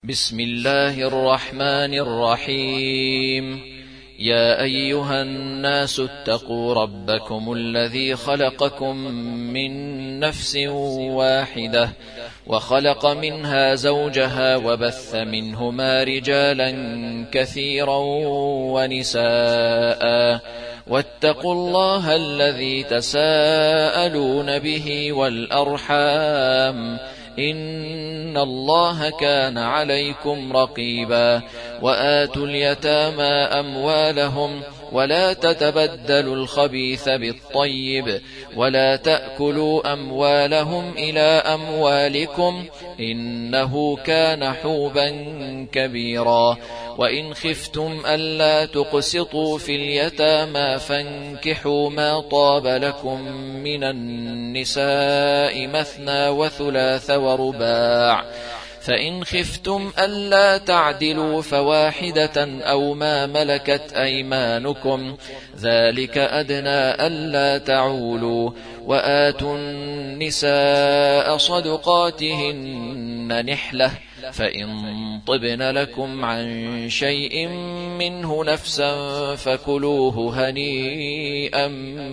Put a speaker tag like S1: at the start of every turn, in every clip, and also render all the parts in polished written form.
S1: بسم الله الرحمن الرحيم. يا أيها الناس اتقوا ربكم الذي خلقكم من نفس واحدة وخلق منها زوجها وبث منهما رجالا كثيرا ونساء واتقوا الله الذي تساءلون به والأرحام إن الله كان عليكم رقيبا. وآتوا اليتامى أموالهم ولا تتبدلوا الخبيث بالطيب ولا تأكلوا أموالهم إلى أموالكم إنه كان حوبا كبيرا. وإن خفتم ألا تقسطوا في اليتامى فانكحوا ما طاب لكم من النساء مثنى وثلاث ورباع، فإن خفتم ألا تعدلوا فواحدة أو ما ملكت أيمانكم ذلك أدنى ألا تعولوا. وآتوا النساء صدقاتهن نحلة، فإن طبن لكم عن شيء منه نفسا فكلوه هنيئا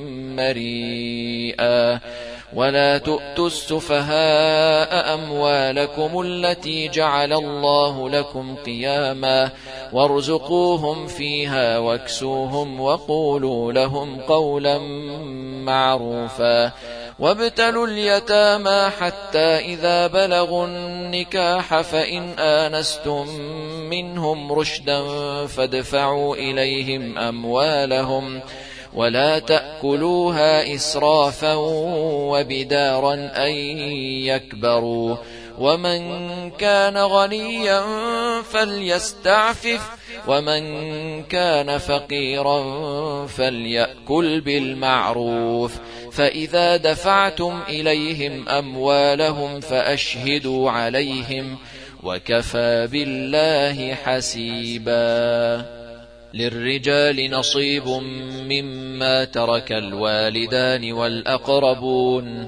S1: مريئا. ولا تؤتوا السفهاء أموالكم التي جعل الله لكم قياما وارزقوهم فيها واكسوهم وقولوا لهم قولا معروفا. وابتلوا اليتامى حتى إذا بلغوا النكاح فإن آنستم منهم رشدا فادفعوا إليهم أموالهم ولا تأكلوها إسرافا وبدارا أن يكبروا. ومن كان غنيا فليستعفف ومن كان فقيرا فليأكل بالمعروف. فإذا دفعتم إليهم أموالهم فأشهدوا عليهم وكفى بالله حسيبا. للرجال نصيب مما ترك الوالدان والأقربون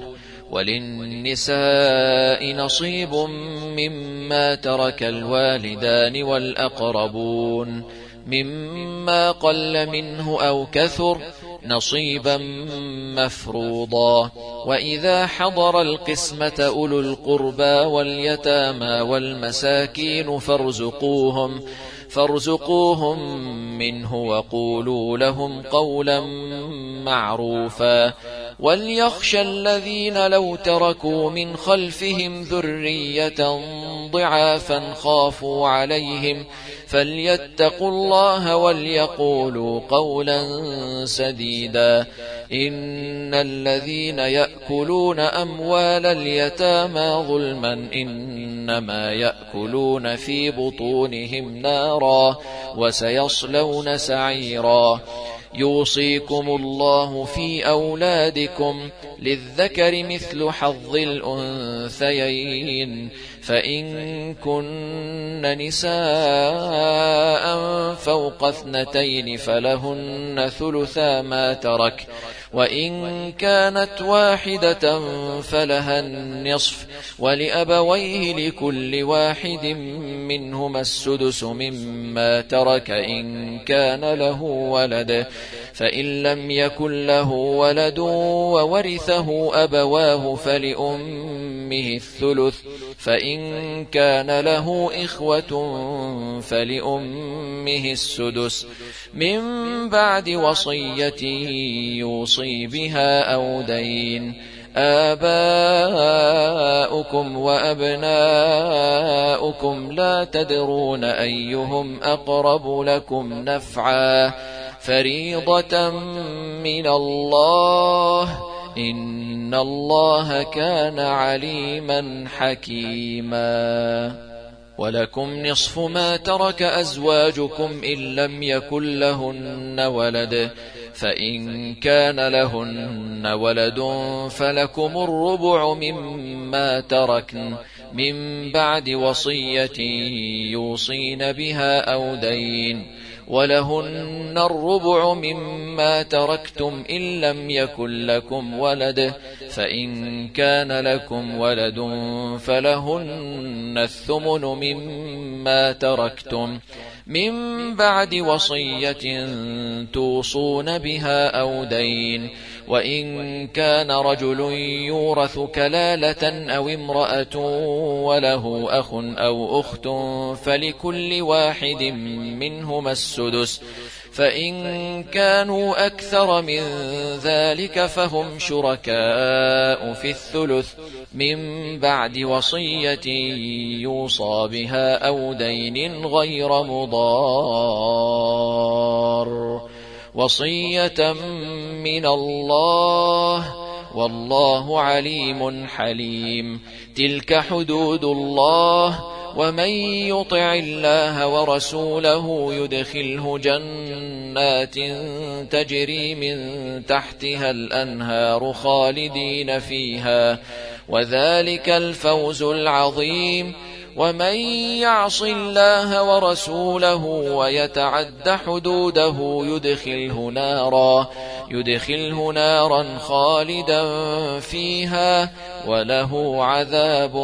S1: وللنساء نصيب مما ترك الوالدان والأقربون مما قل منه أو كثر نصيبا مفروضا. وإذا حضر القسمة أولو القربى واليتامى والمساكين فارزقوهم منه وقولوا لهم قولا معروفا. وليخشى الذين لو تركوا من خلفهم ذرية ضعافا خافوا عليهم فليتقوا الله وليقولوا قولا سديدا. إن الذين يأكلون أموال اليتامى ظلما إنما يأكلون في بطونهم نارا وسيصلون سعيرا. يوصيكم الله في أولادكم للذكر مثل حظ الأنثيين، فإن كن نساء فوق 2 فلهن ثلثا ما ترك، وإن كانت واحدة فلها النصف، ولأبويه لكل واحد منهما السدس مما ترك إن كان له ولد، فإن لم يكن له ولد وورثه أبواه فلأمه الثلث، فإن كان له إخوة فلأمه السدس من بعد وصية يوصي بها أو دين. آباؤكم وأبناؤكم لا تدرون أيهم أقرب لكم نفعا فريضة من الله إن الله كان عليما حكيما. ولكم نصف ما ترك أزواجكم إن لم يكن لهن ولد، فإن كان لهن ولد فلكم الربع مما تركن من بعد وصية يوصين بها أو دين، ولهن الربع مما تركتم إن لم يكن لكم ولد، فإن كان لكم ولد فلهن الثمن مما ما تركتم من بعد وصية توصون بها أو دين. وإن كان رجل يورث كلالة أو امرأة وله أخ أو أخت فلكل واحد منهما السدس، فإن كانوا أكثر من ذلك فهم شركاء في الثلث من بعد وصية يوصى بها أو دين غير مضار، وصية من الله والله عليم حليم. تلك حدود الله، ومن يطع الله ورسوله يدخله جنات تجري من تحتها الأنهار خالدين فيها، وذلك الفوز العظيم. ومن يعص الله ورسوله ويتعد حدوده يدخله نارا خالدا فيها وله عذاب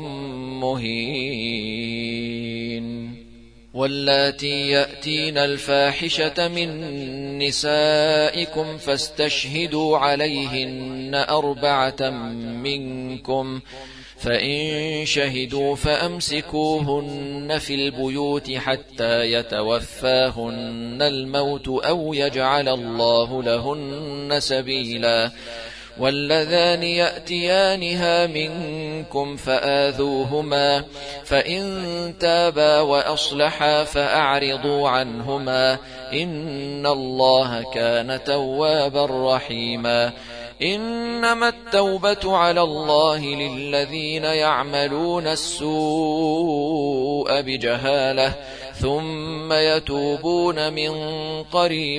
S1: مهين. واللاتي يأتين الفاحشة من نسائكم فاستشهدوا عليهن 4 منكم، فإن شهدوا فأمسكوهن في البيوت حتى يتوفاهن الموت أو يجعل الله لهن سبيلا. واللذان يأتيانها منكم فآذوهما، فإن تابا وأصلحا فأعرضوا عنهما، إن الله كان توابا رحيما. إنما التوبة على الله للذين يعملون السوء بجهالة ثم يتوبون من قريب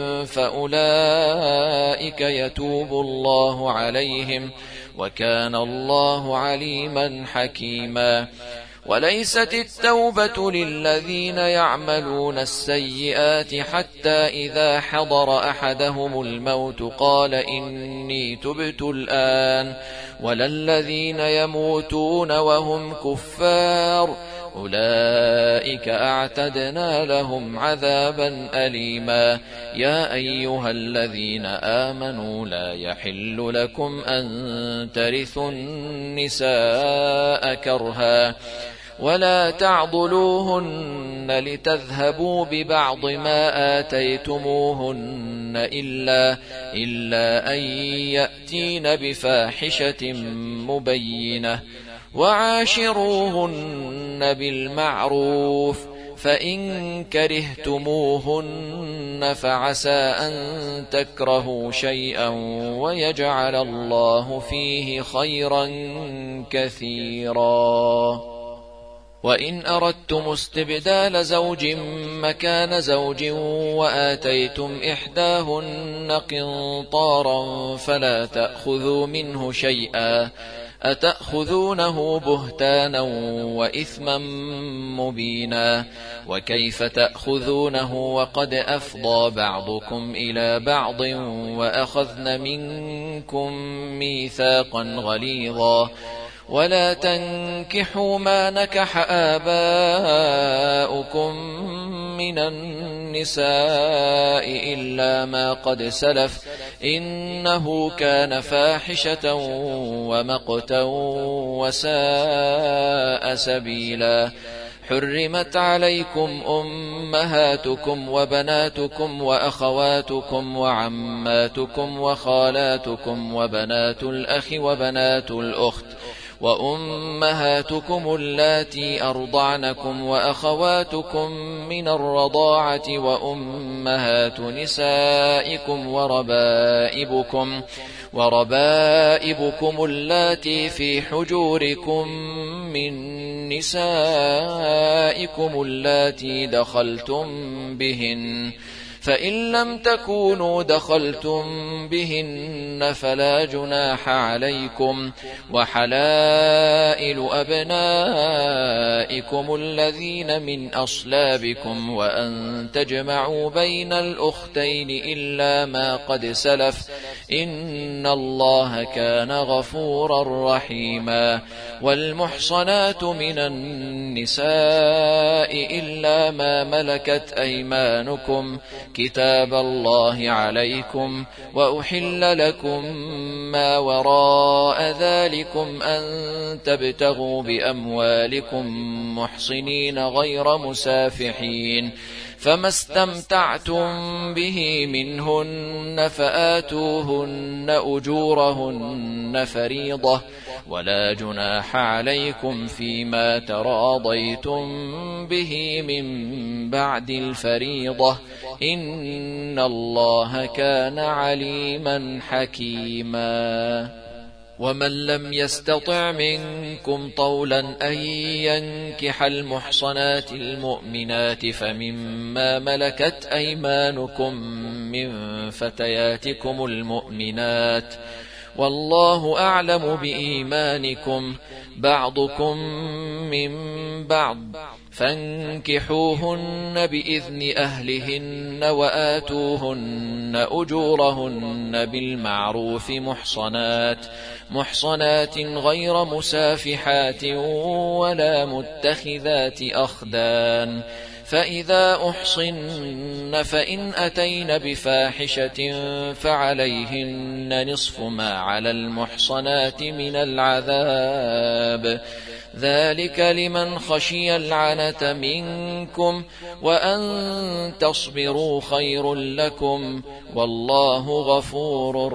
S1: فأولئك يتوب الله عليهم، وكان الله عليما حكيما. وليست التوبة للذين يعملون السيئات حتى إذا حضر أحدهم الموت قال إني تبت الآن، ولا الذين يموتون وهم كفار، أولئك أعتدنا لهم عذابا أليما. يا أيها الذين آمنوا لا يحل لكم أن ترثوا النساء كرها ولا تعضلوهن لتذهبوا ببعض ما آتيتموهن إلا أن يأتين بفاحشة مبينة، وعاشروهن بالمعروف، فإن كرهتموهن فعسى أن تكرهوا شيئا ويجعل الله فيه خيرا كثيرا. وإن أردتم استبدال زوج مكان زوج وآتيتم إحداهن قنطارا فلا تأخذوا منه شيئا، أتأخذونه بهتانا وإثما مبينا، وكيف تأخذونه وقد أفضى بعضكم إلى بعض وأخذن منكم ميثاقا غليظا. ولا تنكحوا ما نكح آباؤكم من النساء إلا ما قد سلف، إنه كان فاحشة ومقتا وساء سبيلا. حرمت عليكم أمهاتكم وبناتكم وأخواتكم وعماتكم وخالاتكم وبنات الأخ وبنات الأخت وأمهاتكم اللاتي أرضعنكم وأخواتكم من الرضاعة وأمهات نسائكم وربائبكم اللاتي في حجوركم من نسائكم اللاتي دخلتم بهن، فإن لم تكونوا دخلتم بهن فلا جناح عليكم، وحلائل أبنائكم الذين من أصلابكم، وأن تجمعوا بين الأختين إلا ما قد سلف، إن الله كان غفورا رحيما. والمحصنات من النساء إلا ما ملكت أيمانكم كتاب الله عليكم، وأحل لكم ما وراء ذلكم أن تبتغوا بأموالكم محصنين غير مسافحين، فما استمتعتم به منهن فآتوهن أجورهن فريضة، ولا جناح عليكم فيما تراضيتم به من بعد الفريضة، إن الله كان عليما حكيما. ومن لم يستطع منكم طولا أن ينكح المحصنات المؤمنات فمما ملكت أيمانكم من فتياتكم المؤمنات، والله أعلم بإيمانكم، بعضكم من بعض، فانكحوهن بإذن أهلهن وآتوهن أجورهن بالمعروف محصنات غير مسافحات ولا متخذات أخدان، فإذا أحصن فإن أتين بفاحشة فعليهن نصف ما على المحصنات من العذاب، ذلك لمن خشي العنة منكم، وأن تصبروا خير لكم، والله غفور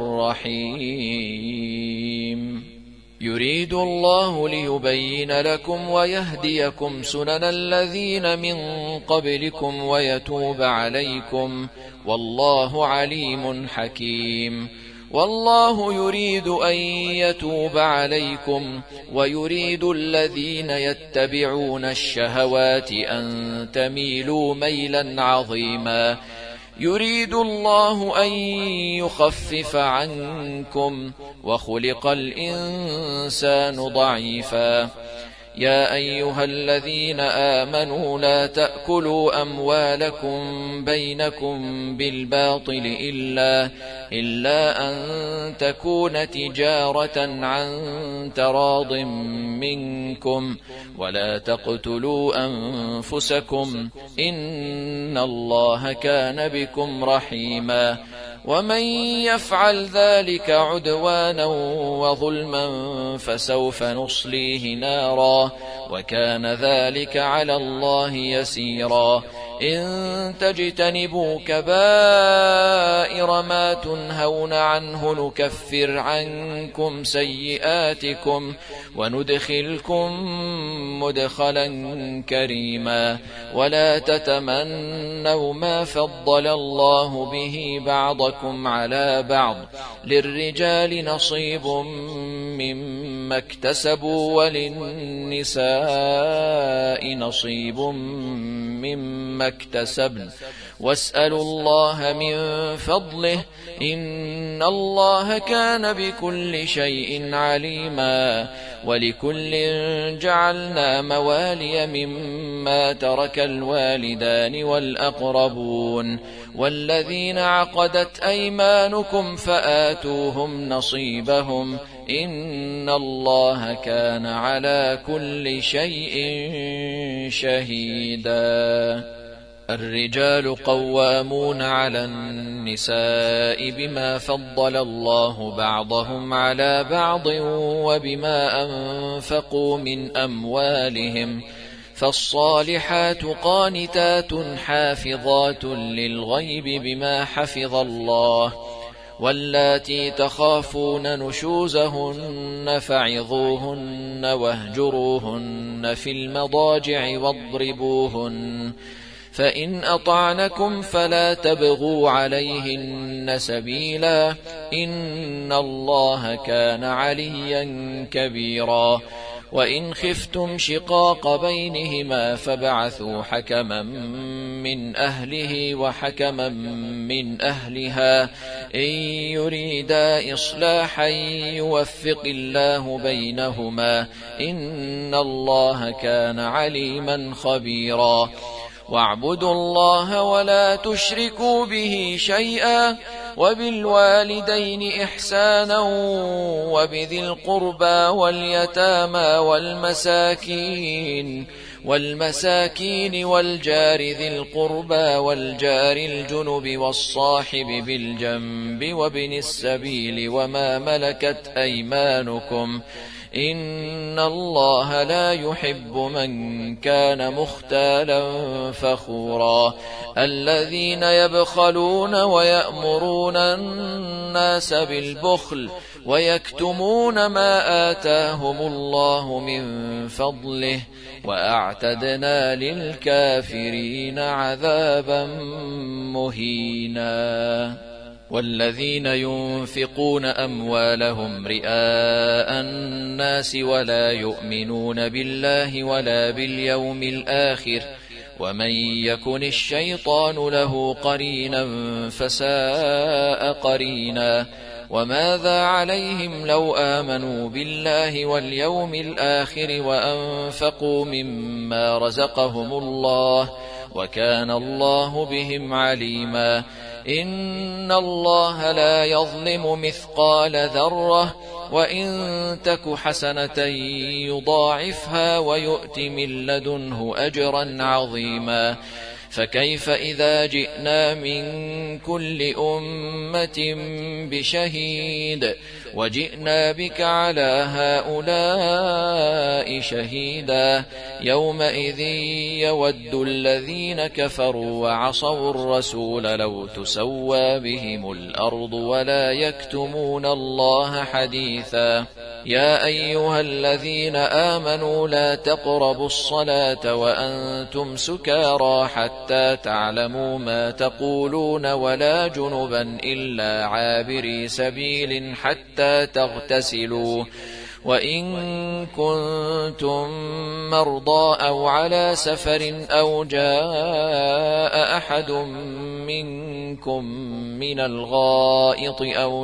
S1: رحيم. يريد الله ليبين لكم ويهديكم سنن الذين من قبلكم ويتوب عليكم، والله عليم حكيم. والله يريد أن يتوب عليكم، ويريد الذين يتبعون الشهوات أن تميلوا ميلا عظيما. يريد الله أن يخفف عنكم، وخلق الإنسان ضعيفا. يا أيها الذين آمنوا لا تأكلوا أموالكم بينكم بالباطل إلا أن تكون تجارة عن تراض منكم، ولا تقتلوا أنفسكم، إن الله كان بكم رحيما. ومن يفعل ذلك عدوانا وظلما فسوف نصليه نارا، وكان ذلك على الله يسيرا. إن تجتنبوا كبائر ما تنهون عنه نكفر عنكم سيئاتكم وندخلكم مدخلا كريما. ولا تتمنوا ما فضل الله به بعضكم على بعض، للرجال نصيب مما اكتسبوا وللنساء نصيب مما اكتسبن، واسألوا الله من فضله، إن الله كان بكل شيء عليما. ولكل جعلنا موالي مما ترك الوالدان والأقربون، والذين عقدت أيمانكم فآتوهم نصيبهم، إن الله كان على كل شيء شهيدا. الرجال قوامون على النساء بما فضل الله بعضهم على بعض وبما أنفقوا من أموالهم، فالصالحات قانتات حافظات للغيب بما حفظ الله. واللاتي تخافون نشوزهن فعظوهن واهجروهن في المضاجع واضربوهن، فإن أطعنكم فلا تبغوا عليهن سبيلا، إن الله كان عليا كبيرا. وإن خفتم شقاق بينهما فابعثوا حكما من أهله وحكما من أهلها إن يريدا إصلاحا يوفق الله بينهما إن الله كان عليما خبيرا واعبدوا الله ولا تشركوا به شيئا وبالوالدين إحسانا وبذي القربى واليتامى والمساكين والجار ذي القربى والجار الجنب والصاحب بالجنب وابن السبيل وما ملكت أيمانكم إن الله لا يحب من كان مختالا فخورا الذين يبخلون ويأمرون الناس بالبخل ويكتمون ما آتاهم الله من فضله وأعتدنا للكافرين عذابا مهينا والذين ينفقون أموالهم رئاء الناس ولا يؤمنون بالله ولا باليوم الآخر ومن يكن الشيطان له قرينا فساء قرينا وماذا عليهم لو آمنوا بالله واليوم الآخر وأنفقوا مما رزقهم الله وكان الله بهم عليما إن الله لا يظلم مثقال ذرة وإن تك حسنة يضاعفها ويؤت من لدنه أجرا عظيما فكيف إذا جئنا من كل أمة بشهيد وجئنا بك على هؤلاء شهيدا يومئذ يود الذين كفروا وعصوا الرسول لو تسوى بهم الأرض ولا يكتمون الله حديثا يا أيها الذين آمنوا لا تقربوا الصلاة وأنتم سكارى حتى تعلموا ما تقولون ولا جنبا إلا عابري سبيل حتى تغتسلوا وإن كنتم مرضى أو على سفر أو جاء أحد منكم من الغائط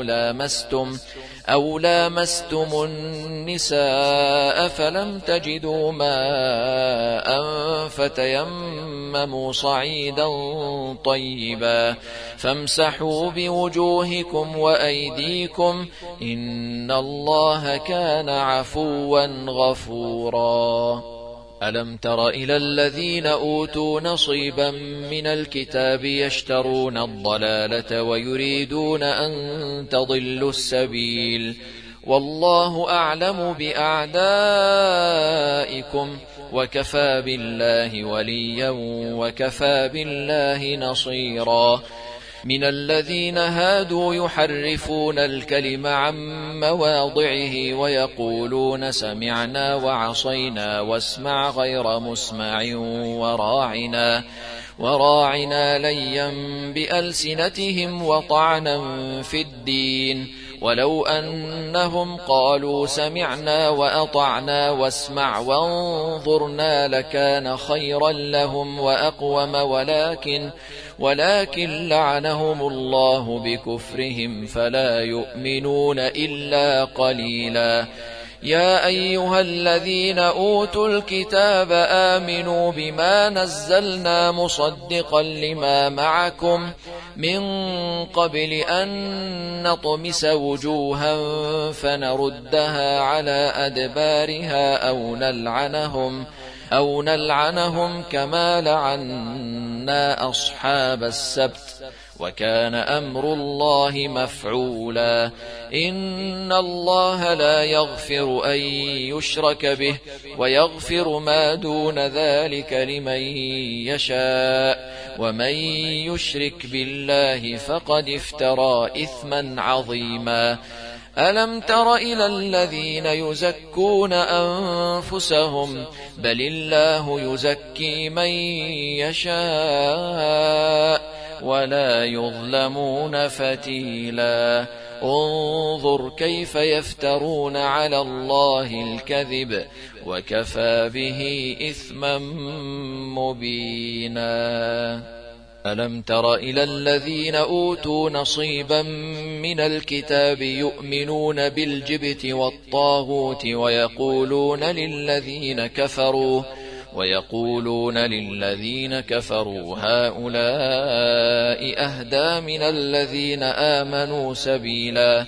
S1: أو لامستم النساء فلم تجدوا ماء فتيمموا صعيدا طيبا فامسحوا بوجوهكم وأيديكم إن الله كان عفوا غفورا ألم تر إلى الذين أوتوا نصيبا من الكتاب يشترون الضلالة ويريدون أن تضلوا السبيل والله أعلم بأعدائكم وكفى بالله وليا وكفى بالله نصيرا من الذين هادوا يحرفون الكلم عن مواضعه ويقولون سمعنا وعصينا واسمع غير مسمع وراعنا ليا بألسنتهم وطعنا في الدين ولو أنهم قالوا سمعنا وأطعنا واسمع وانظرنا لكان خيرا لهم وأقوم ولكن لعنهم الله بكفرهم فلا يؤمنون إلا قليلا يا أيها الذين أوتوا الكتاب آمنوا بما نزلنا مصدقا لما معكم من قبل أن نطمس وجوها فنردها على أدبارها أو نلعنهم كما لعنا أصحاب السبت وكان أمر الله مفعولا إن الله لا يغفر أن يشرك به ويغفر ما دون ذلك لمن يشاء ومن يشرك بالله فقد افترى إثما عظيما ألم تر إلى الذين يزكون أنفسهم بل الله يزكي من يشاء ولا يظلمون فتيلا انظر كيف يفترون على الله الكذب وكفى به إثما مبينا. ألم تر إلى الذين أوتوا نصيبا من الكتاب يؤمنون بالجبت والطاغوت ويقولون للذين كفروا هؤلاء أهدى من الذين آمنوا سبيلا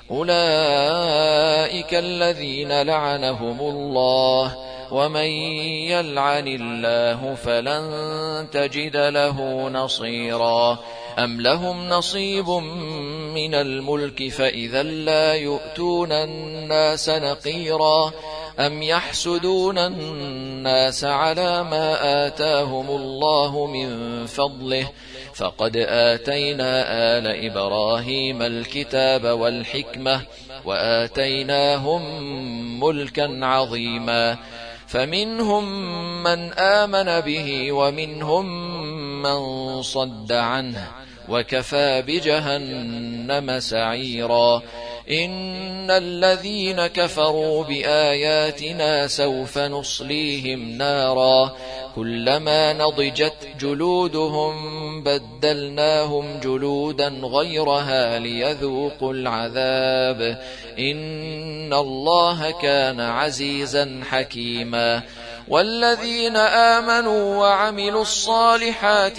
S1: أولئك الذين لعنهم الله ومن يلعن الله فلن تجد له نصيرا. أم لهم نصيب من الملك فإذا لا يؤتون الناس نقيرا أم يحسدون الناس على ما آتاهم الله من فضله فقد آتينا آل إبراهيم الكتاب والحكمة وآتيناهم ملكا عظيما فمنهم من آمن به ومنهم من صد عنه وكفى بجهنم سعيرا. إن الذين كفروا بآياتنا سوف نصليهم نارا كلما نضجت جلودهم بدلناهم جلودا غيرها ليذوقوا العذاب إن الله كان عزيزا حكيما. والذين آمنوا وعملوا الصالحات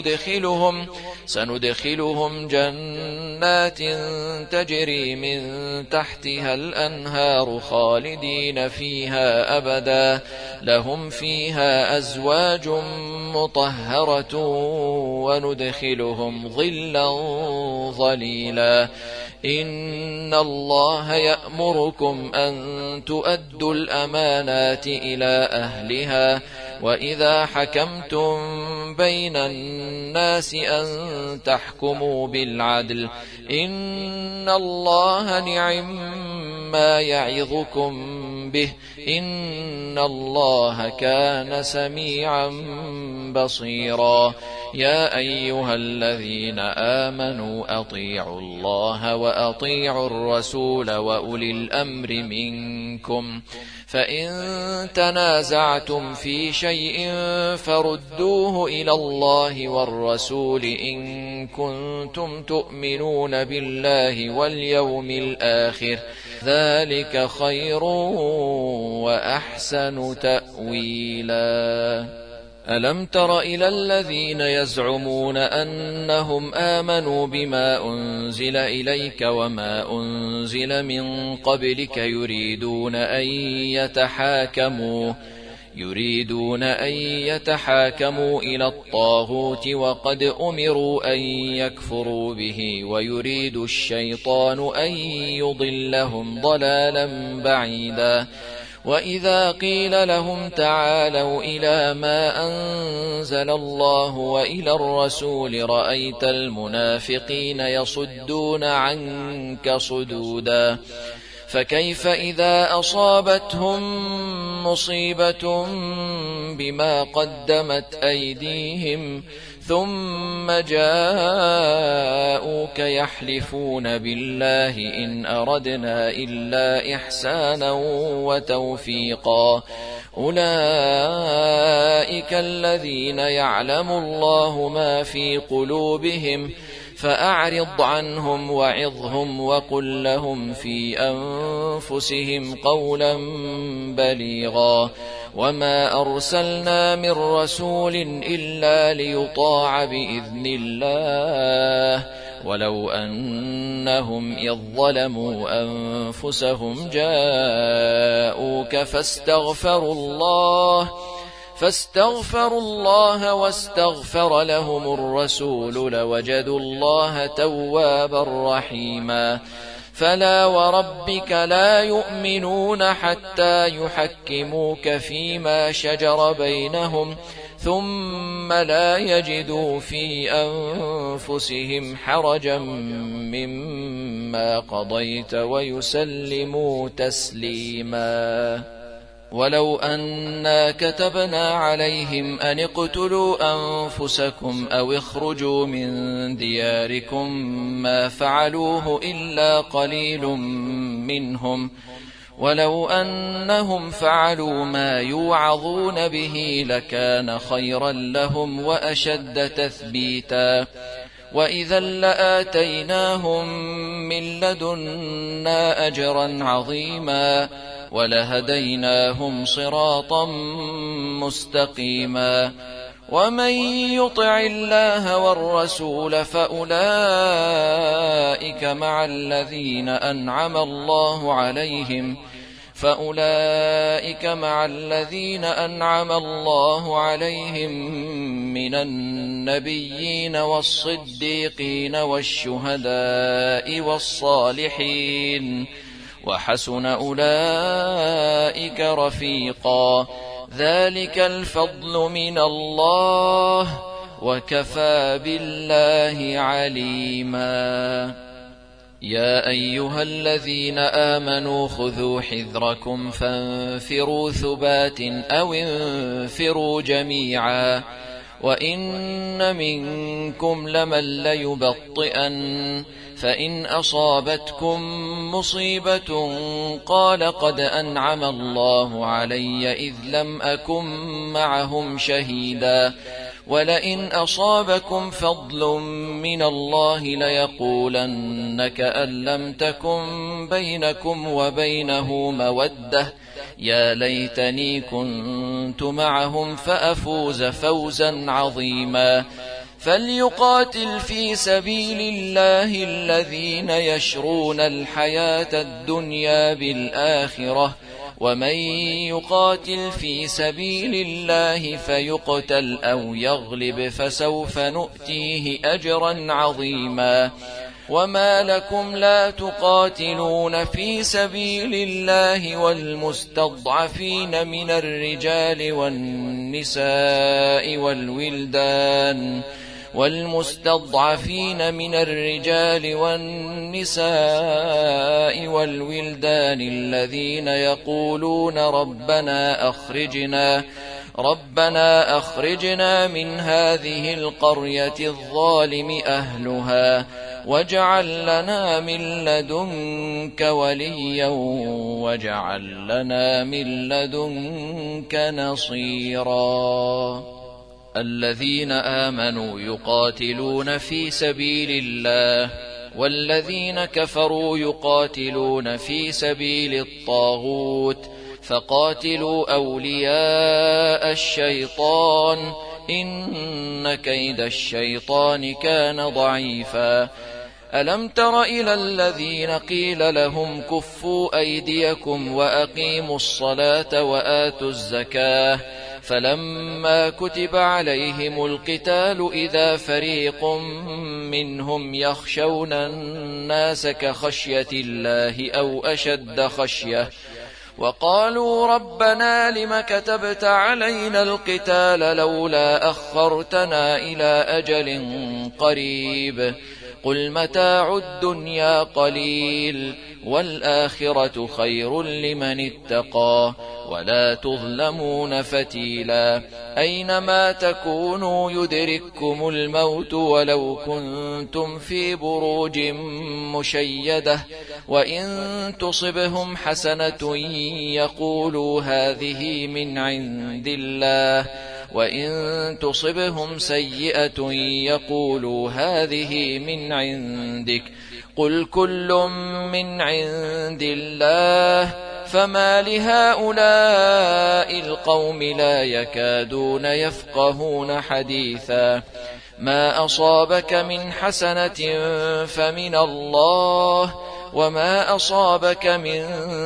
S1: سندخلهم جنات تجري من تحتها الأنهار خالدين فيها أبدا لهم فيها أزواج مطهرة وندخلهم ظلا ظليلا. إن الله يأمركم أن تؤدوا الأمانات إلى أهلها وإذا حكمتم بين الناس أن تحكموا بالعدل إن الله نعم ما يعظكم به إن الله كان سميعا بصيرا. يا أيها الذين آمنوا أطيعوا الله وأطيعوا الرسول وأولي الأمر منكم فإن تنازعتم في شيء فردوه إلى الله والرسول إن كنتم تؤمنون بالله واليوم الآخر ذلك خير وأحسن تأويلا. ألم تر إلى الذين يزعمون أنهم آمنوا بما أنزل إليك وما أنزل من قبلك يريدون أن يتحاكموا إلى الطاغوت وقد أمروا أن يكفروا به ويريد الشيطان أن يضلهم ضلالا بعيدا. وإذا قيل لهم تعالوا إلى ما أنزل الله وإلى الرسول رأيت المنافقين يصدون عنك صدودا. فكيف إذا أصابتهم مصيبة بما قدمت أيديهم ثم جاءوك يحلفون بالله إن أردنا إلا إحسانا وتوفيقا أولئك الذين يعلم الله ما في قلوبهم فأعرض عنهم وعظهم وقل لهم في أنفسهم قولا بليغا. وما أرسلنا من رسول إلا ليطاع بإذن الله ولو أنهم إذ ظلموا أنفسهم جاءوك فاستغفروا الله واستغفر لهم الرسول لوجدوا الله توابا رحيما. فلا وربك لا يؤمنون حتى يحكموك فيما شجر بينهم ثم لا يجدوا في أنفسهم حرجا مما قضيت ويسلموا تسليما. ولو أنا كتبنا عليهم أن اقتلوا أنفسكم أو اخرجوا من دياركم ما فعلوه إلا قليل منهم ولو أنهم فعلوا ما يوعظون به لكان خيرا لهم وأشد تثبيتا وإذا لآتيناهم من لدنا أجرا عظيما ولهديناهم صراطا مستقيما ومن يطع الله والرسول فأولئك مع الذين أنعم الله عليهم من النبيين والصديقين والشهداء والصالحين وحسن أولئك رفيقا ذلك الفضل من الله وكفى بالله عليما يا أيها الذين آمنوا خذوا حذركم فانفروا ثبات أو انفروا جميعا وإن منكم لمن ليبطئن فإن أصابتكم مصيبة قال قد أنعم الله علي إذ لم أكن معهم شهيدا ولئن أصابكم فضل من الله ليقولن كأن لم تكن بينكم وبينه مودة يا ليتني كنت معهم فأفوز فوزا عظيما فليقاتل في سبيل الله الذين يشرون الحياة الدنيا بالآخرة ومن يقاتل في سبيل الله فيقتل أو يغلب فسوف نؤتيه أجرا عظيما وما لكم لا تقاتلون في سبيل الله والمستضعفين من الرجال والنساء الذين يقولون ربنا أخرجنا من هذه القرية الظالم أهلها واجعل لنا من لدنك وليا واجعل لنا من لدنك نصيرا الذين آمنوا يقاتلون في سبيل الله والذين كفروا يقاتلون في سبيل الطاغوت فقاتلوا أولياء الشيطان إن كيد الشيطان كان ضعيفا ألم تر إلى الذين قيل لهم كفوا أيديكم وأقيموا الصلاة وآتوا الزكاة فلما كتب عليهم القتال إذا فريق منهم يخشون الناس كخشية الله أو أشد خشية وقالوا ربنا لم كتبت علينا القتال لولا أخرتنا إلى أجل قريب قل متاع الدنيا قليل والآخرة خير لمن اتقى ولا تظلمون فتيلا أينما تكونوا يدرككم الموت ولو كنتم في بروج مشيدة وإن تصبهم حسنة يقولوا هذه من عند الله وإن تصبهم سيئة يقولوا هذه من عندك قل كل من عند الله فما لهؤلاء القوم لا يكادون يفقهون حديثا ما أصابك من حسنة فمن الله وما أصابك من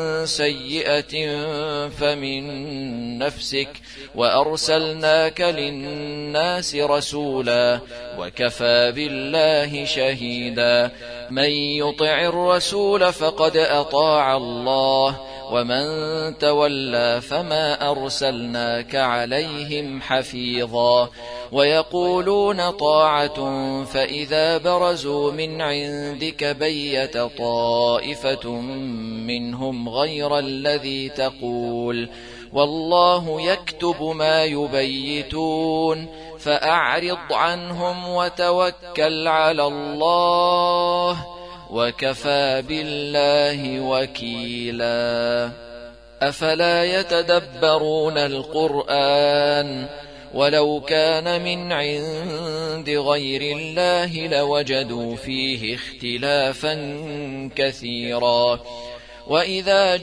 S1: سيئة فمن نفسك وأرسلناك للناس رسولا وكفى بالله شهيدا من يطع الرسول فقد أطاع الله ومن تولى فما أرسلناك عليهم حفيظا ويقولون طاعة فإذا برزوا من عندك بيت طائفة منهم غير الذي تقول والله يكتب ما يبيتون فأعرض عنهم وتوكل على الله وكفى بالله وكيلا أفلا يتدبرون القرآن ولو كان من عند غير الله لوجدوا فيه اختلافا كثيرا وإذا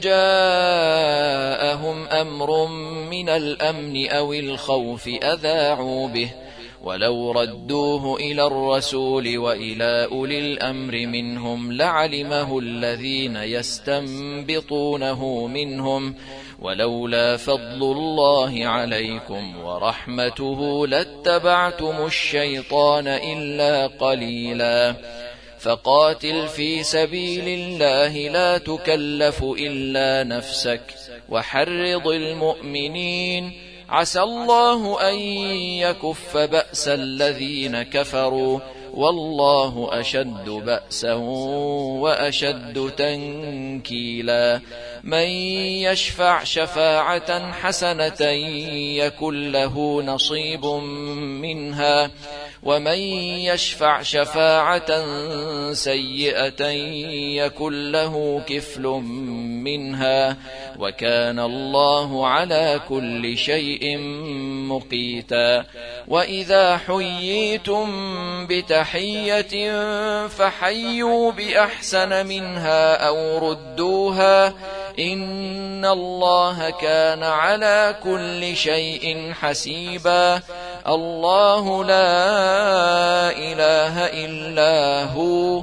S1: جاءهم أمر من الأمن أو الخوف أذاعوا به ولو ردوه إلى الرسول وإلى أولي الأمر منهم لعلمه الذين يستنبطونه منهم ولولا فضل الله عليكم ورحمته لاتبعتم الشيطان إلا قليلا فقاتل في سبيل الله لا تكلف إلا نفسك وحرض المؤمنين عسى الله أن يكف بأس الذين كفروا والله أشد بأسا وأشد تنكيلا من يشفع شفاعة حسنة يكن له نصيب منها ومن يشفع شفاعة سيئة يكن له كفل منها وكان الله على كل شيء مقيتا وإذا حييتم بتحية فحيوا بأحسن منها أو ردوها إن الله كان على كل شيء حسيبا الله لا إله إلا هو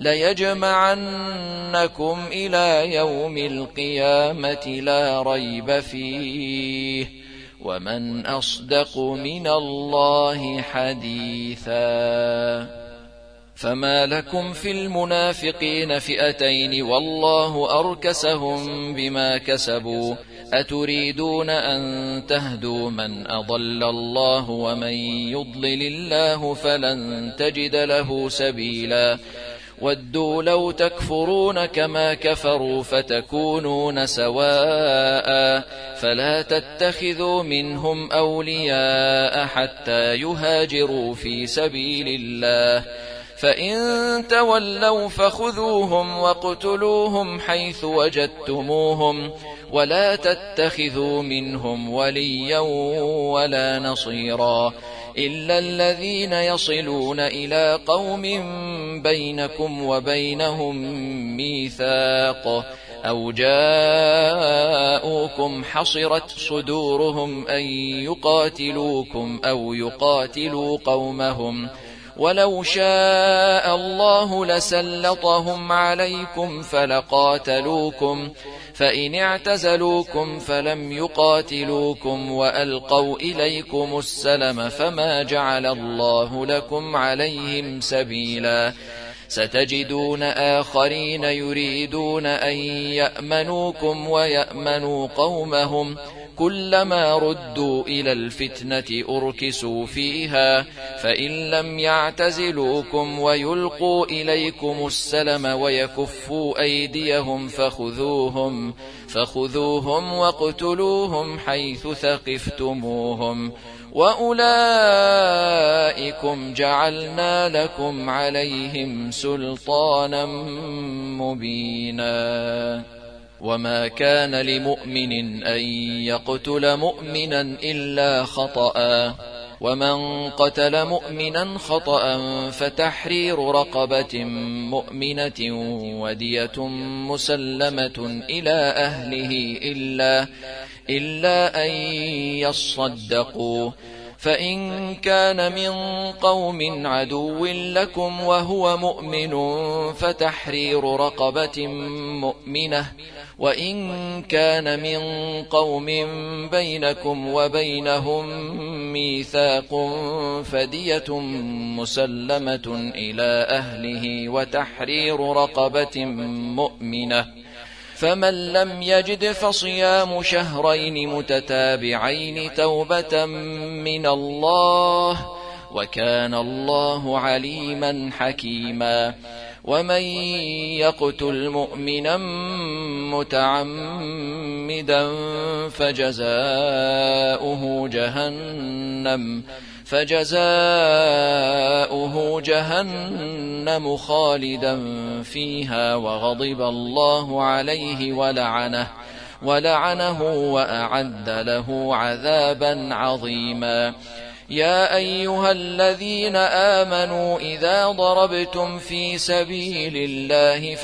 S1: ليجمعنكم إلى يوم القيامة لا ريب فيه ومن أصدق من الله حديثا فما لكم في المنافقين فئتين والله أركسهم بما كسبوا أتريدون أن تهدوا من أضل الله ومن يضلل الله فلن تجد له سبيلا ودوا لو تكفرون كما كفروا فتكونون سواء فلا تتخذوا منهم أولياء حتى يهاجروا في سبيل الله فإن تولوا فخذوهم واقتلوهم حيث وجدتموهم ولا تتخذوا منهم وليا ولا نصيرا إلا الذين يصلون إلى قوم بينكم وبينهم ميثاق أو جاءوكم حصرت صدورهم أن يقاتلوكم أو يقاتلوا قومهم ولو شاء الله لسلطهم عليكم فلقاتلوكم فإن اعتزلوكم فلم يقاتلوكم وألقوا إليكم السلم فما جعل الله لكم عليهم سبيلا ستجدون آخرين يريدون أن يأمنوكم ويأمنوا قومهم كلما ردوا إلى الفتنة أركسوا فيها فإن لم يعتزلوكم ويلقوا إليكم السلم ويكفوا أيديهم فخذوهم واقتلوهم حيث ثقفتموهم وأولئكم جعلنا لكم عليهم سلطانا مبينا وما كان لمؤمن أن يقتل مؤمنا إلا خطأ ومن قتل مؤمنا خطأ فتحرير رقبة مؤمنة ودية مسلمة إلى أهله إلا أن يصدقوا فإن كان من قوم عدو لكم وهو مؤمن فتحرير رقبة مؤمنة وإن كان من قوم بينكم وبينهم ميثاق فدية مسلمة إلى أهله وتحرير رقبة مؤمنة فمن لم يجد فصيام شهرين متتابعين توبة من الله وكان الله عليما حكيما ومن يقتل مؤمنا متعمدا موردا فجزاؤه جهنم خالدا فيها وغضب الله عليه ولعنه وأعد له عذابا عظيما. يا أيها الذين آمنوا إذا ضربتم في سبيل الله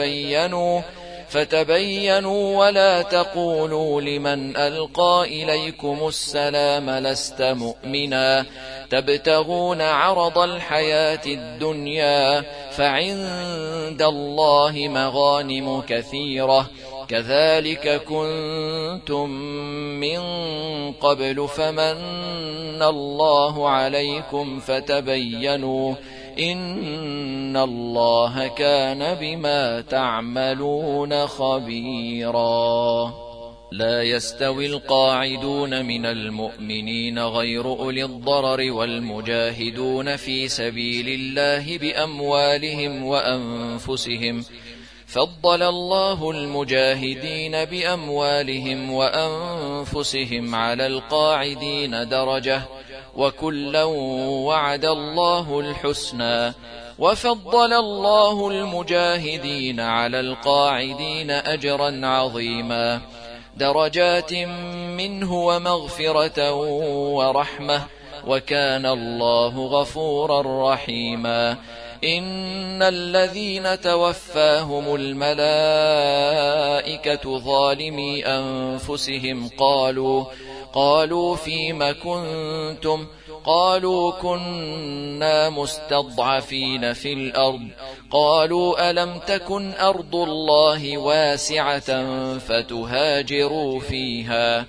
S1: فتبينوا ولا تقولوا لمن ألقى إليكم السلام لست مؤمنا تبتغون عرض الحياة الدنيا فعند الله مغانم كثيرة كذلك كنتم من قبل فمن الله عليكم فتبينوا إن الله كان بما تعملون خبيرا. لا يستوي القاعدون من المؤمنين غير أولي الضرر والمجاهدون في سبيل الله بأموالهم وأنفسهم فضل الله المجاهدين بأموالهم وأنفسهم على القاعدين درجة وكلا وعد الله الحسنى وفضل الله المجاهدين على القاعدين أجرا عظيما درجات منه ومغفرة ورحمة وكان الله غفورا رحيما. إن الذين توفاهم الملائكة ظالمي أنفسهم قالوا فيم كنتم قالوا كنا مستضعفين في الأرض قالوا ألم تكن أرض الله واسعة فتهاجروا فيها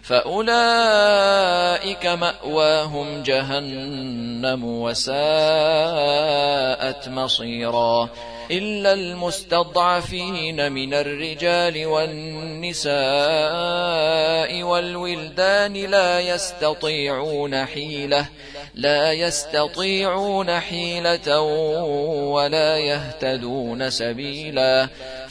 S1: فأولئك مأواهم جهنم وساءت مصيرا إلا المستضعفين من الرجال والنساء والولدان لا يستطيعون حيلة ولا يهتدون سبيلا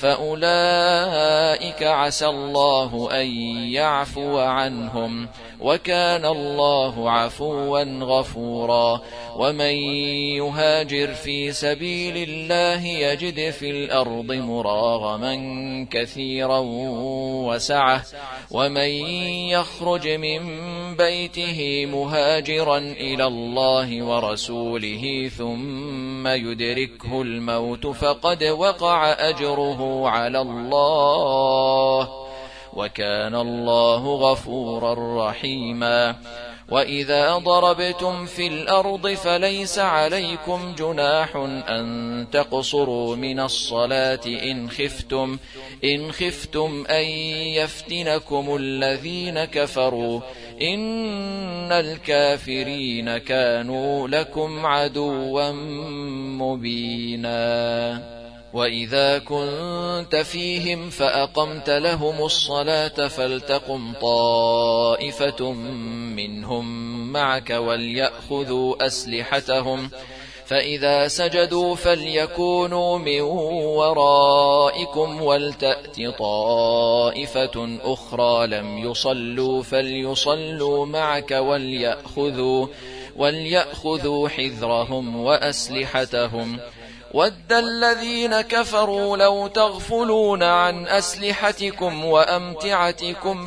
S1: فأولئك عسى الله أن يعفو عنهم وكان الله عفوا غفورا. ومن يهاجر في سبيل الله يجد في الأرض مراغما كثيرا وسعة ومن يخرج من بيته مهاجرا إلى الله ورسوله ثم يدركه الموت فقد وقع أجره على الله وكان الله غفورا رحيما. وإذا ضربتم في الأرض فليس عليكم جناح أن تقصروا من الصلاة إن خفتم أن يفتنكم الذين كفروا إن الكافرين كانوا لكم عدوا مبينا. وإذا كنت فيهم فأقمت لهم الصلاة فلتقم طائفة منهم معك وليأخذوا أسلحتهم فإذا سجدوا فليكونوا من ورائكم ولتأت طائفة أخرى لم يصلوا فليصلوا معك وليأخذوا حذرهم وأسلحتهم ود الذين كفروا لو تغفلون عن أسلحتكم وأمتعتكم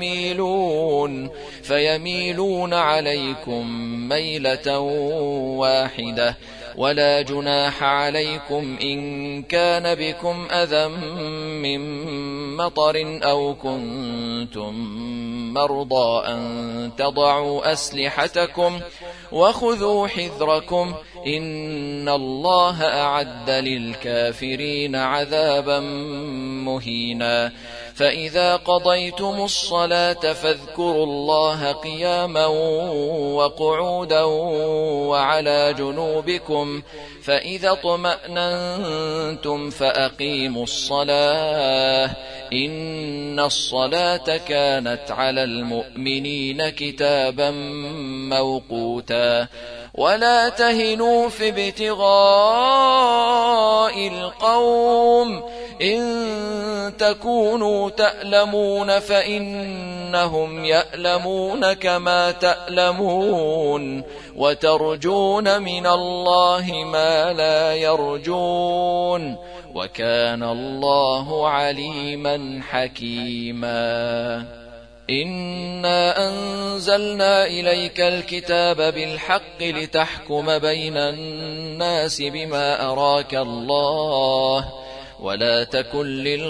S1: فيميلون عليكم ميلة واحدة ولا جناح عليكم إن كان بكم أذى من مطر أو كنتم مرضى أن تضعوا أسلحتكم وخذوا حذركم إن الله أعد للكافرين عذابا مهينا. فإذا قضيتم الصلاة فاذكروا الله قياما وقعودا وعلى جنوبكم فإذا اطمأننتم فأقيموا الصلاة إن الصلاة كانت على المؤمنين كتابا موقوتا. ولا تهنوا في ابتغاء القوم إن تكونوا تألمون فإنهم يألمون كما تألمون وترجون من الله ما لا يرجون وكان الله عليما حكيما إنا أنزلنا إليك الكتاب بالحق لتحكم بين الناس بما أراك الله ولا تكن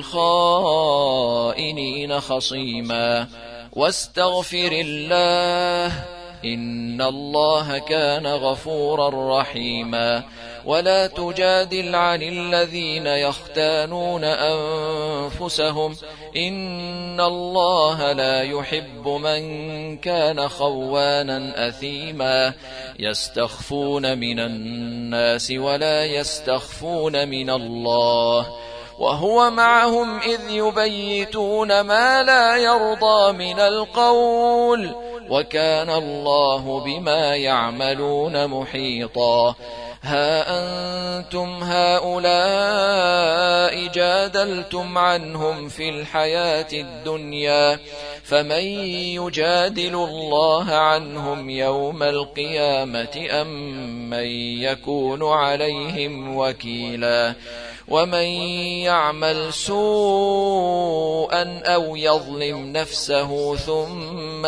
S1: للخائنين خصيما واستغفر الله إن الله كان غفورا رحيما ولا تجادل عن الذين يختانون أنفسهم إن الله لا يحب من كان خوانا أثيما يستخفون من الناس ولا يستخفون من الله وهو معهم إذ يبيتون ما لا يرضى من القول وكان الله بما يعملون محيطا ها أنتم هؤلاء جادلتم عنهم في الحياة الدنيا فمن يجادل الله عنهم يوم القيامة أم من يكون عليهم وكيلا ومن يعمل سوءا أو يظلم نفسه ثم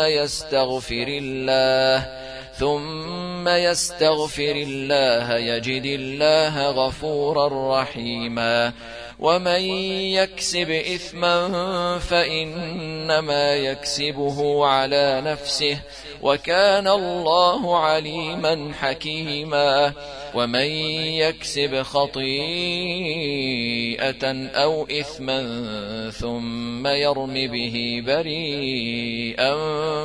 S1: يستغفر الله يجد الله غفورا رحيما ومن يكسب إثما فإنما يكسبه على نفسه وكان الله عليما حكيما ومن يكسب خطيئة أو إثما ثم يرم به بريئا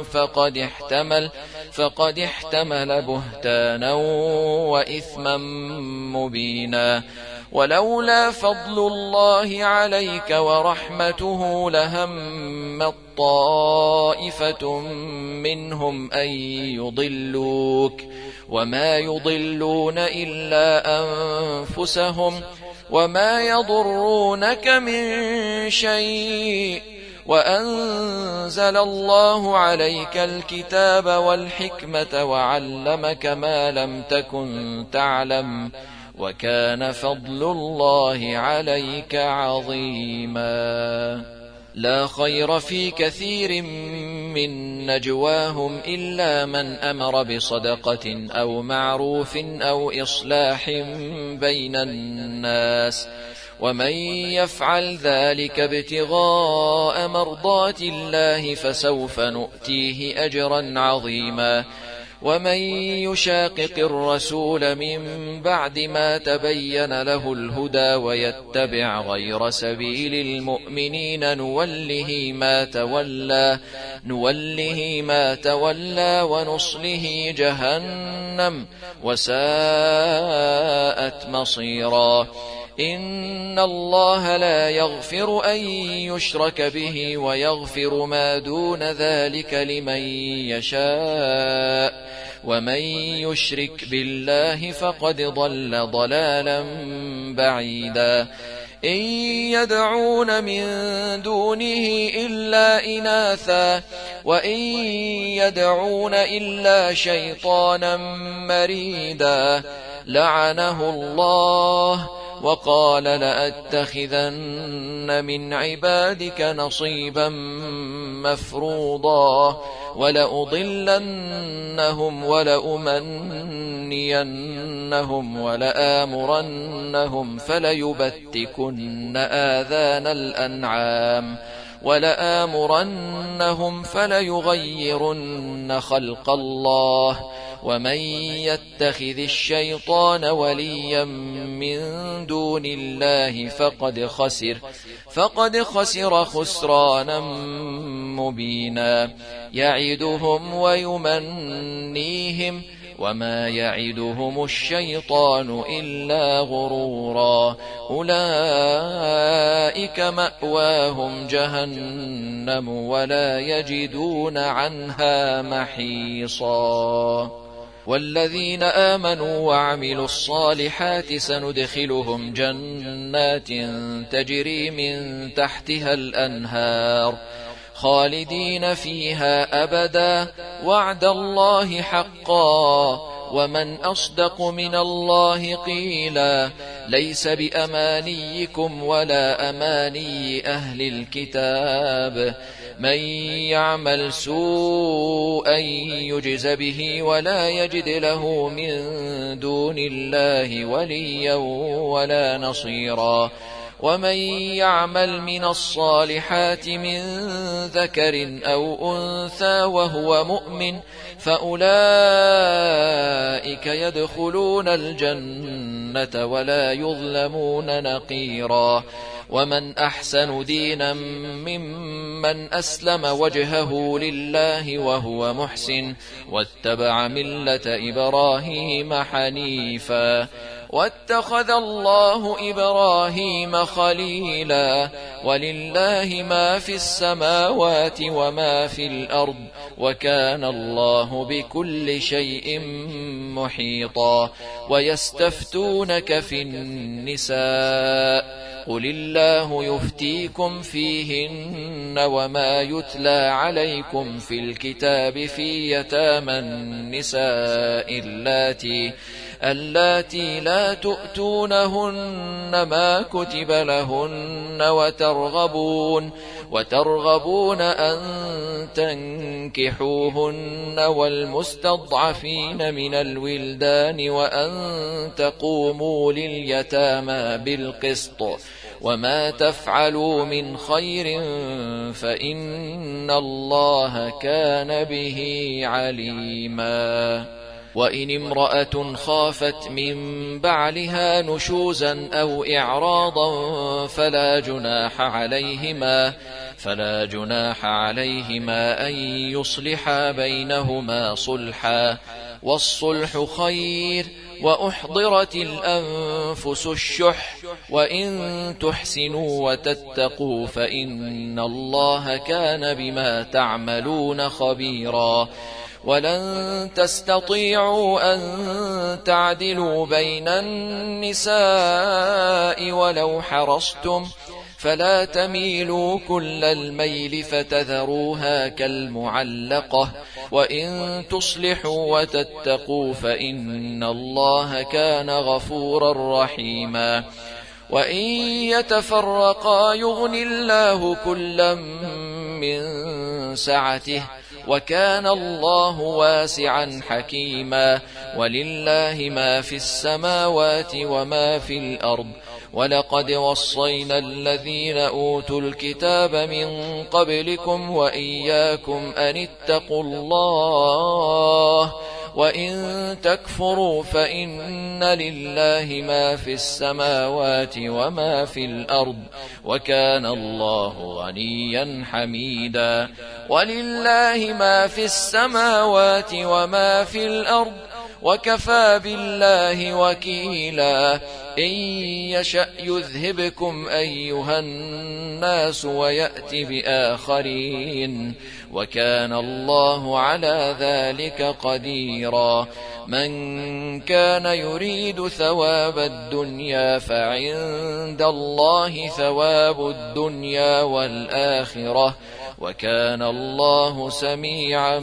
S1: فقد احتمل بهتانا وإثما مبينا ولولا فضل الله عليك ورحمته لهمت طائفة منهم أن يضلوك وما يضلون إلا أنفسهم وما يضرونك من شيء وأنزل الله عليك الكتاب والحكمة وعلمك ما لم تكن تعلم وكان فضل الله عليك عظيما لا خير في كثير من نجواهم إلا من أمر بصدقة أو معروف أو إصلاح بين الناس ومن يفعل ذلك ابتغاء مرضات الله فسوف نؤتيه أجرا عظيما ومن يشاقق الرسول من بعد ما تبين له الهدى ويتبع غير سبيل المؤمنين نوله ما تولى ونصله جهنم وساءت مصيرا إن الله لا يغفر أن يشرك به ويغفر ما دون ذلك لمن يشاء ومن يشرك بالله فقد ضل ضلالا بعيدا إن يدعون من دونه إلا إناثا وإن يدعون إلا شيطانا مريدا لعنه الله وقال لأتخذن من عبادك نصيبا مفروضا ولأضلنهم ولأمنينهم ولآمرنهم فليبتكن آذان الأنعام ولآمرنهم فليغيرن خلق الله ومن يتخذ الشيطان وليا من دون الله فقد خسر خسرانا مبينا يعدهم ويمنيهم وما يعدهم الشيطان إلا غرورا أولئك مأواهم جهنم ولا يجدون عنها محيصا والذين آمنوا وعملوا الصالحات سندخلهم جنات تجري من تحتها الأنهار خالدين فيها أبدا وعد الله حقا ومن أصدق من الله قيلا ليس بأمانيكم ولا أماني أهل الكتاب من يعمل سوءا يجز به ولا يجد له من دون الله وليا ولا نصيرا ومن يعمل من الصالحات من ذكر أو أنثى وهو مؤمن فأولئك يدخلون الجنة ولا يظلمون نقيرا ومن أحسن دينا ممن أسلم وجهه لله وهو محسن واتبع ملة إبراهيم حنيفا واتخذ الله إبراهيم خليلا ولله ما في السماوات وما في الأرض وكان الله بكل شيء محيطا ويستفتونك في النساء قل الله يفتيكم فيهن وما يتلى عليكم في الكتاب في يتامى النساء اللاتي لا تؤتونهن ما كتب لهن وترغبون أن تنكحوهن والمستضعفين من الولدان وأن تقوموا لليتامى بالقسط وما تفعلوا من خير فإن الله كان به عليما وإن امرأة خافت من بعلها نشوزا أو إعراضا فلا جناح عليهما أن يصلحا بينهما صلحا والصلح خير وأحضرت الأنفس الشح وإن تحسنوا وتتقوا فإن الله كان بما تعملون خبيرا ولن تستطيعوا أن تعدلوا بين النساء ولو حرصتم فلا تميلوا كل الميل فتذروها كالمعلقة وإن تصلحوا وتتقوا فإن الله كان غفورا رحيما وإن يتفرقا يغن الله كلا من سعته وكان الله واسعا حكيما ولله ما في السماوات وما في الأرض ولقد وصينا الذين أوتوا الكتاب من قبلكم وإياكم أن اتقوا الله وإن تكفروا فإن لله ما في السماوات وما في الأرض وكان الله غنيا حميدا ولله ما في السماوات وما في الأرض وكفى بالله وكيلا إن يشأ يذهبكم أيها الناس ويأت بآخرين وكان الله على ذلك قديرا من كان يريد ثواب الدنيا فعند الله ثواب الدنيا والآخرة وكان الله سميعا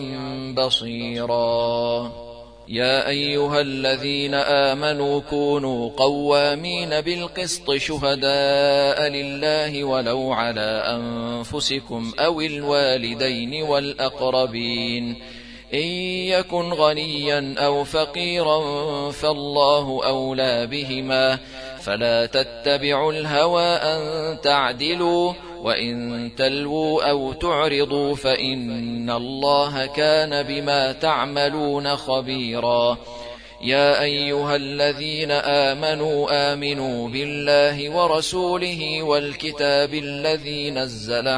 S1: بصيرا يا أيها الذين آمنوا كونوا قوامين بالقسط شهداء لله ولو على أنفسكم أو الوالدين والأقربين إن يكن غنيا أو فقيرا فالله أولى بهما فلا تتبعوا الهوى أن تعدلوا وإن تلووا أو تعرضوا فإن الله كان بما تعملون خبيرا يا أيها الذين آمنوا بالله ورسوله والكتاب الذي نزل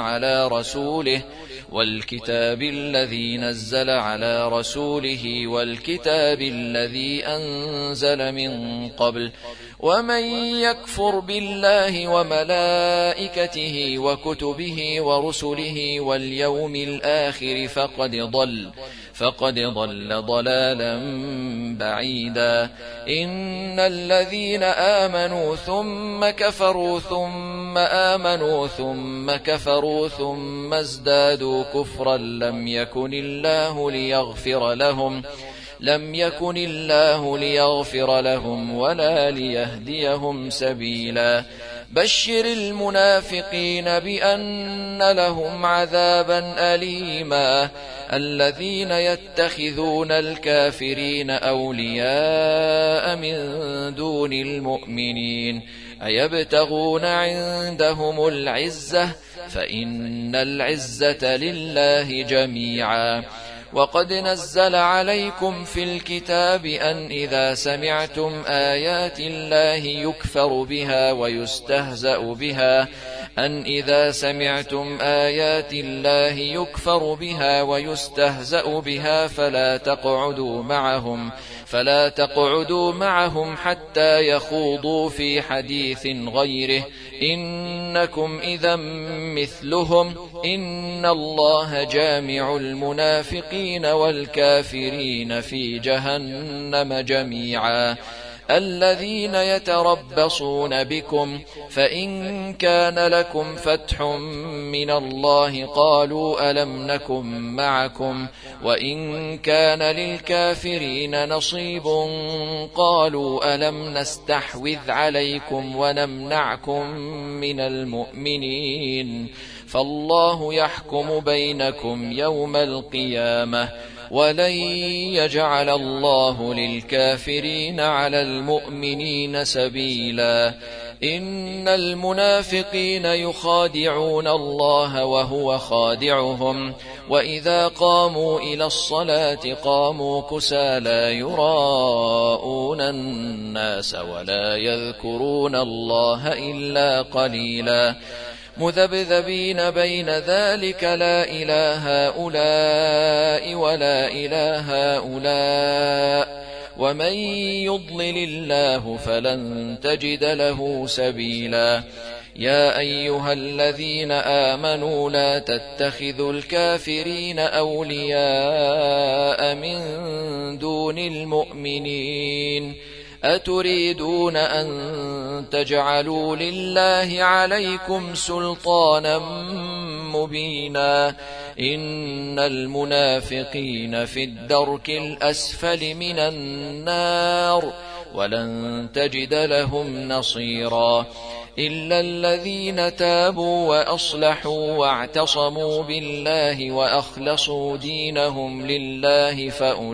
S1: على رسوله والكتاب الذي أنزل من قبل ومن يكفر بالله وملائكته وكتبه ورسله واليوم الآخر فقد ضل ضلالا بعيدا. إن الذين آمنوا ثم كفروا ثم آمنوا ثم كفروا ثم ازدادوا كفرا لم يكن الله ليغفر لهم ولا ليهديهم سبيلا. بشر المنافقين بأن لهم عذابا أليما. الذين يتخذون الكافرين أولياء من دون المؤمنين أيبتغون عندهم العزة فإن العزة لله جميعا. وقد نزل عليكم في الكتاب أن إذا سمعتم آيات الله يكفر بها ويستهزأ بها فلا تقعدوا معهم حتى يخوضوا في حديث غيره إنكم إذا مثلهم إن الله جامع المنافقين والكافرين في جهنم جميعا. الذين يتربصون بكم فإن كان لكم فتح من الله قالوا ألم نكن معكم وإن كان للكافرين نصيب قالوا ألم نستحوذ عليكم ونمنعكم من المؤمنين فالله يحكم بينكم يوم القيامة ولن يجعل الله للكافرين على المؤمنين سبيلا. إن المنافقين يخادعون الله وهو خادعهم وإذا قاموا إلى الصلاة قاموا كسالى يراءون الناس ولا يذكرون الله إلا قليلا. مذبذبين بين ذلك لا إله هؤلاء ولا إله هؤلاء ومن يضلل الله فلن تجد له سبيلا. يا أيها الذين آمنوا لا تتخذوا الكافرين أولياء من دون المؤمنين أتريدون أن تجعلوا لله عليكم سلطانا مبينا. إن المنافقين في الدرك الأسفل من النار ولن تجد لهم نصيرا. إلا الذين تابوا وأصلحوا واعتصموا بالله وأخلصوا دينهم لله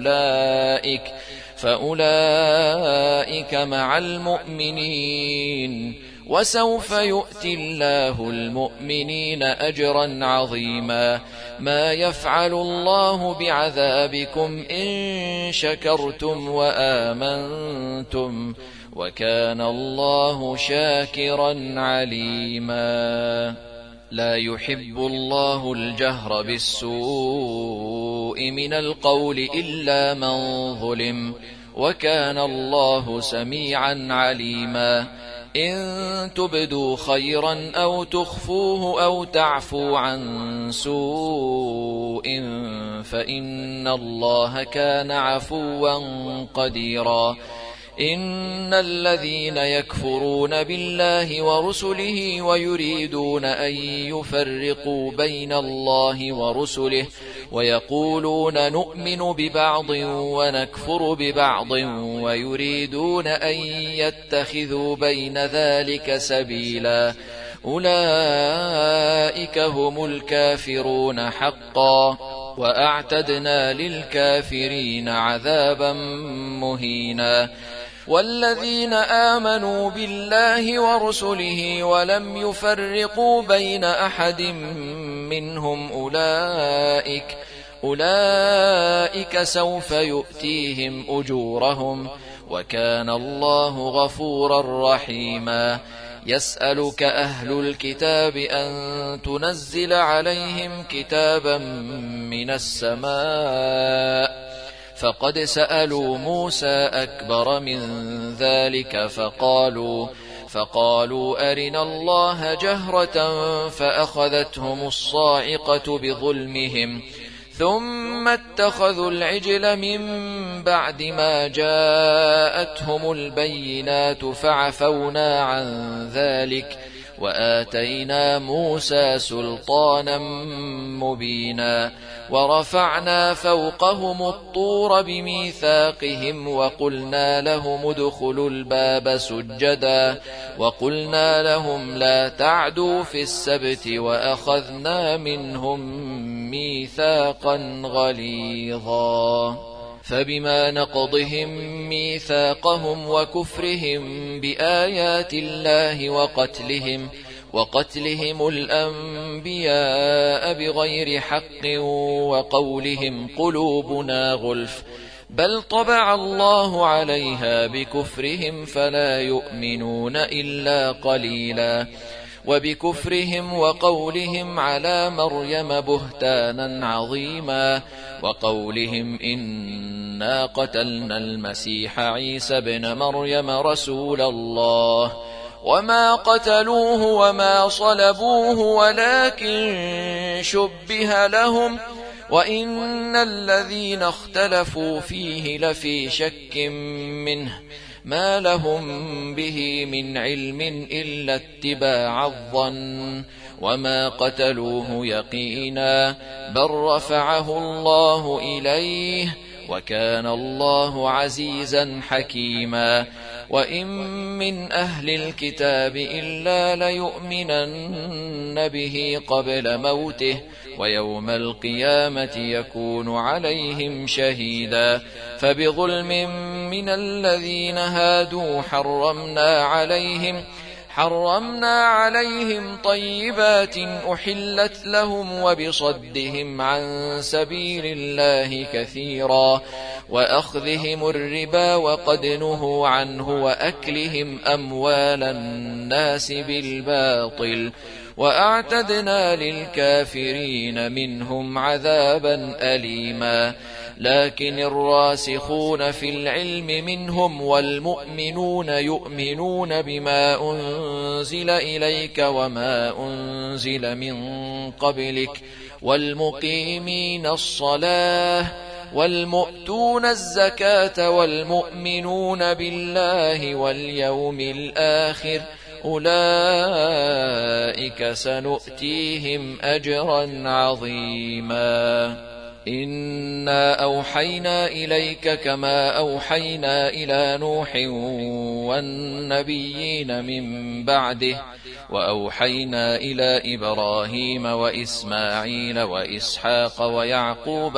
S1: فأولئك مع المؤمنين وسوف يؤتي الله المؤمنين أجرا عظيما. ما يفعل الله بعذابكم إن شكرتم وآمنتم وكان الله شاكرا عليما. لا يحب الله الجهر بالسوء من القول إلا من ظلم وكان الله سميعا عليما. إن تبدوا خيرا أو تخفوه أو تعفوا عن سوء فإن الله كان عفوا قديرا. إن الذين يكفرون بالله ورسله ويريدون أن يفرقوا بين الله ورسله ويقولون نؤمن ببعض ونكفر ببعض ويريدون أن يتخذوا بين ذلك سبيلا أولئك هم الكافرون حقا وأعتدنا للكافرين عذابا مهينا. والذين آمنوا بالله ورسله ولم يفرقوا بين أحد منهم أولئك سوف يؤتيهم أجورهم وكان الله غفورا رحيما. يسألك أهل الكتاب أن تنزل عليهم كتابا من السماء فقد سألوا موسى أكبر من ذلك فقالوا أرنا الله جهرة فأخذتهم الصاعقة بظلمهم ثم اتخذوا العجل من بعد ما جاءتهم البينات فعفونا عن ذلك وآتينا موسى سلطانا مبينا ورفعنا فوقهم الطور بميثاقهم وقلنا لهم ادخلوا الباب سجدا وقلنا لهم لا تعدوا في السبت وأخذنا منهم ميثاقا غليظا فبما نقضهم ميثاقهم وكفرهم بآيات الله وقتلهم الأنبياء بغير حق وقولهم قلوبنا غلف بل طبع الله عليها بكفرهم فلا يؤمنون إلا قليلا وبكفرهم وقولهم على مريم بهتانا عظيما وقولهم إنا قتلنا المسيح عيسى ابن مريم رسول الله وما قتلوه وما صلبوه ولكن شبه لهم وإن الذين اختلفوا فيه لفي شك منه ما لهم به من علم إلا اتباع الظن وما قتلوه يقينا بل رفعه الله إليه وكان الله عزيزا حكيما وإن من أهل الكتاب إلا ليؤمنن به قبل موته ويوم القيامة يكون عليهم شهيدا فبظلم من الذين هادوا حرمنا عليهم طيبات أحلت لهم وبصدهم عن سبيل الله كثيرا وأخذهم الربا وقد نهوا عنه وأكلهم أموال الناس بالباطل وأعتدنا للكافرين منهم عذابا أليما لكن الراسخون في العلم منهم والمؤمنون يؤمنون بما أنزل إليك وما أنزل من قبلك والمقيمين الصلاة والمؤتون الزكاة والمؤمنون بالله واليوم الآخر أولئك سنؤتيهم أجرا عظيما إنا أوحينا إليك كما أوحينا إلى نوح والنبيين من بعده وأوحينا إلى إبراهيم وإسماعيل وإسحاق ويعقوب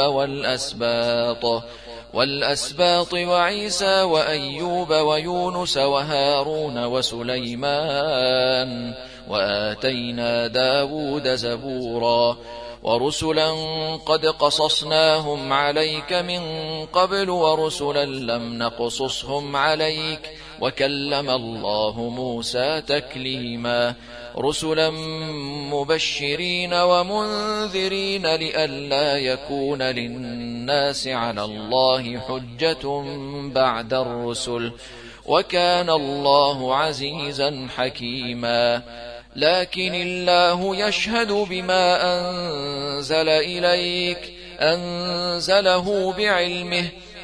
S1: والأسباط وعيسى وأيوب ويونس وهارون وسليمان وآتينا داود زبورا ورسلا قد قصصناهم عليك من قبل ورسلا لم نقصصهم عليك وكلم الله موسى تكليما رسلا مبشرين ومنذرين لئلا يكون للناس على الله حجة بعد الرسل وكان الله عزيزا حكيما لكن الله يشهد بما أنزل إليك أنزله بعلمه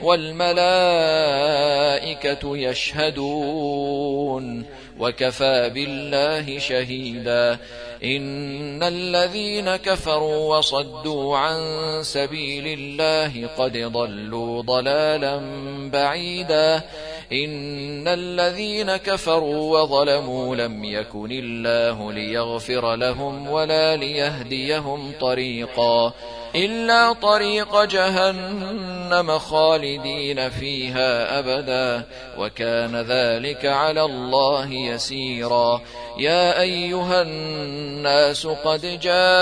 S1: والملائكة يشهدون وكفى بالله شهيدا إن الذين كفروا وصدوا عن سبيل الله قد ضلوا ضلالا بعيدا إن الذين كفروا وظلموا لم يكن الله ليغفر لهم ولا ليهديهم طريقا إلا طريق جهنم خالدين فيها أبدا وكان ذلك على الله يسيرا يا أيها الناس قد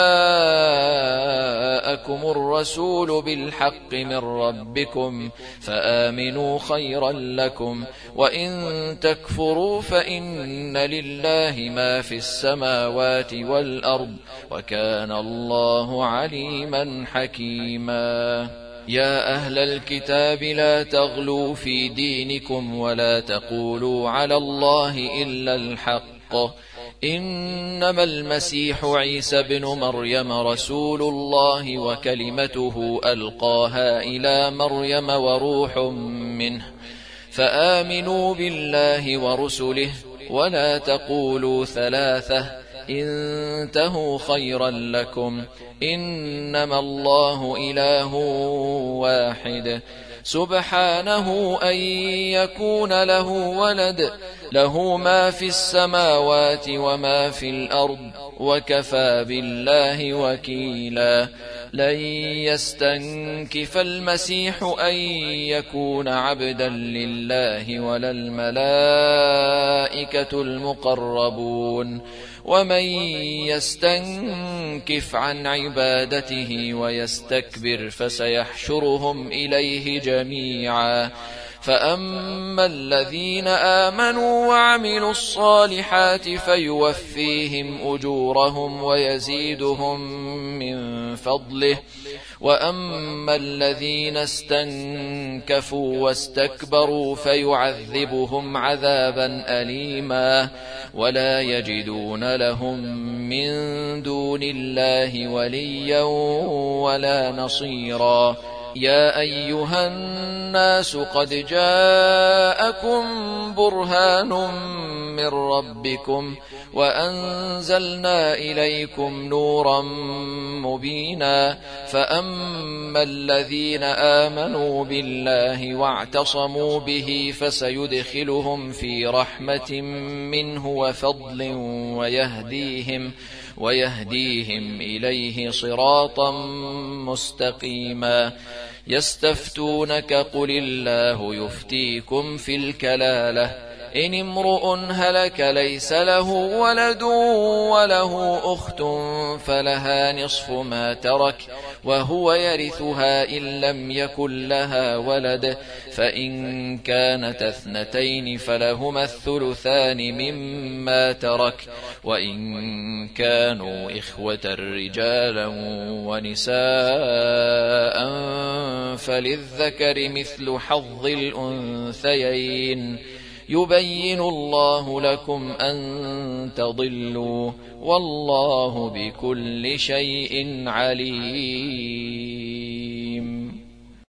S1: جاءكم الرسول بالحق من ربكم فآمنوا خيرا لكم وإن تكفروا فإن لله ما في السماوات والأرض وكان الله عليما حكيما يا أهل الكتاب لا تغلوا في دينكم ولا تقولوا على الله إلا الحق إنما المسيح عيسى بن مريم رسول الله وكلمته ألقاها إلى مريم وروح منه فآمنوا بالله ورسله ولا تقولوا ثلاثة انتهوا خيرا لكم إنما الله إله واحد سبحانه أن يكون له ولد له ما في السماوات وما في الأرض وكفى بالله وكيلا لن يستنكف المسيح أن يكون عبدا لله ولا الملائكة المقربون ومن يستنكف عن عبادته ويستكبر فسيحشرهم إليه جميعا فأما الذين آمنوا وعملوا الصالحات فيوفيهم أجورهم ويزيدهم من فضله وأما الذين استنكفوا واستكبروا فيعذبهم عذابا أليما ولا يجدون لهم من دون الله وليا ولا نصيرا يا أيها الناس قد جاءكم برهان من ربكم وأنزلنا إليكم نورا مبينا فأما الذين آمنوا بالله واعتصموا به فسيدخلهم في رحمة منه وفضل ويهديهم إليه صراطا مستقيما يستفتونك قل الله يفتيكم في الكلالة إن امرؤ هلك ليس له ولد وله أخت فلها نصف ما ترك وهو يرثها إن لم يكن لها ولد فإن كانت اثنتين فلهما الثلثان مما ترك وإن كانوا إخوة رجالا ونساء فللذكر مثل حظ الأنثيين يبين الله لكم أن تضلوا والله بكل شيء عليم